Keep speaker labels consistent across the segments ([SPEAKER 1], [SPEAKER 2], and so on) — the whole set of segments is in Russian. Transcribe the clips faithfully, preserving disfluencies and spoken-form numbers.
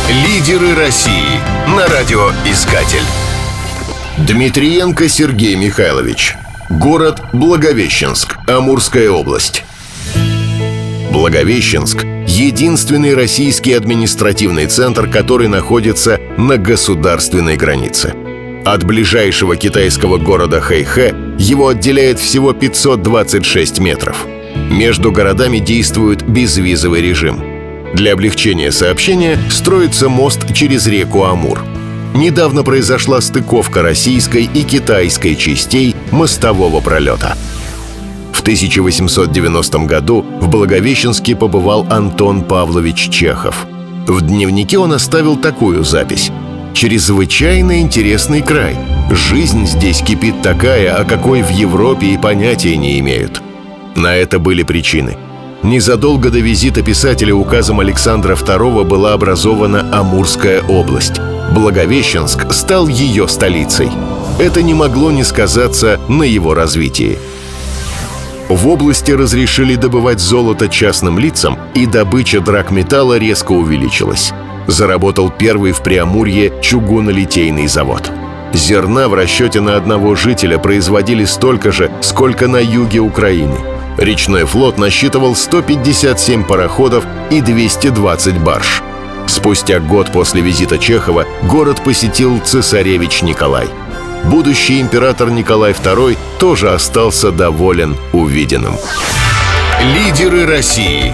[SPEAKER 1] Лидеры России на радиоискатель. Дмитриенко Сергей Михайлович. Город Благовещенск, Амурская область. Благовещенск – единственный российский административный центр, который находится на государственной границе. От ближайшего китайского города Хэйхэ его отделяет всего пятьсот двадцать шесть метров. Между городами действует безвизовый режим. Для облегчения сообщения строится мост через реку Амур. Недавно произошла стыковка российской и китайской частей мостового пролета. В тысяча восемьсот девяностом году в Благовещенске побывал Антон Павлович Чехов. В дневнике он оставил такую запись: «Чрезвычайно интересный край. Жизнь здесь кипит такая, о какой в Европе и понятия не имеют». На это были причины. Незадолго до визита писателя указом Александра второго была образована Амурская область. Благовещенск стал ее столицей. Это не могло не сказаться на его развитии. В области разрешили добывать золото частным лицам, и добыча драгметалла резко увеличилась. Заработал первый в Преамурье чугунолитейный завод. Зерна в расчете на одного жителя производили столько же, сколько на юге Украины. Речной флот насчитывал сто пятьдесят семь пароходов и двести двадцать барж. Спустя год после визита Чехова город посетил цесаревич Николай. Будущий император Николай второй тоже остался доволен увиденным. Лидеры России.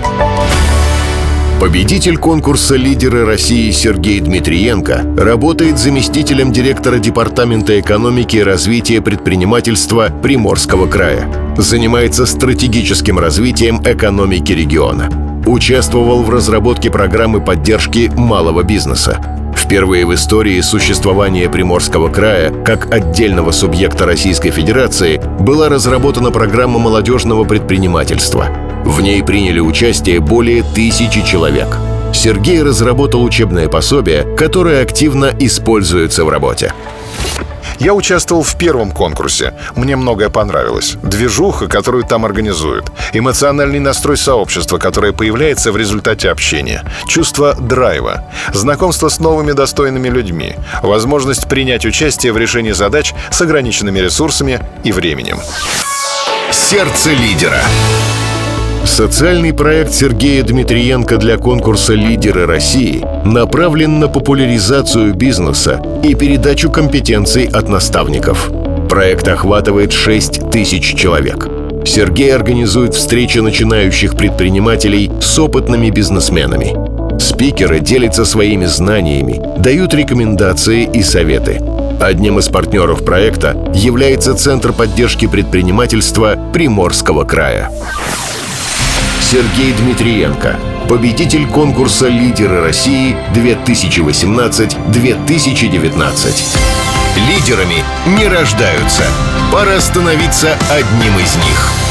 [SPEAKER 1] Победитель конкурса «Лидеры России» Сергей Дмитриенко работает заместителем директора Департамента экономики и развития предпринимательства Приморского края. Занимается стратегическим развитием экономики региона. Участвовал в разработке программы поддержки малого бизнеса. Впервые в истории существования Приморского края как отдельного субъекта Российской Федерации была разработана программа молодежного предпринимательства. В ней приняли участие более тысячи человек. Сергей разработал учебное пособие, которое активно используется в работе.
[SPEAKER 2] Я участвовал в первом конкурсе. Мне многое понравилось. Движуха, которую там организуют. Эмоциональный настрой сообщества, которое появляется в результате общения. Чувство драйва. Знакомство с новыми достойными людьми. Возможность принять участие в решении задач с ограниченными ресурсами и временем.
[SPEAKER 1] Сердце лидера.
[SPEAKER 3] Социальный проект Сергея Дмитриенко для конкурса «Лидеры России» направлен на популяризацию бизнеса и передачу компетенций от наставников. Проект охватывает шесть тысяч человек. Сергей организует встречи начинающих предпринимателей с опытными бизнесменами. Спикеры делятся своими знаниями, дают рекомендации и советы. Одним из партнеров проекта является Центр поддержки предпринимательства Приморского края. Сергей Дмитриенко. Победитель конкурса «Лидеры России» две тысячи восемнадцать — две тысячи девятнадцать.
[SPEAKER 1] Лидерами не рождаются. Пора становиться одним из них.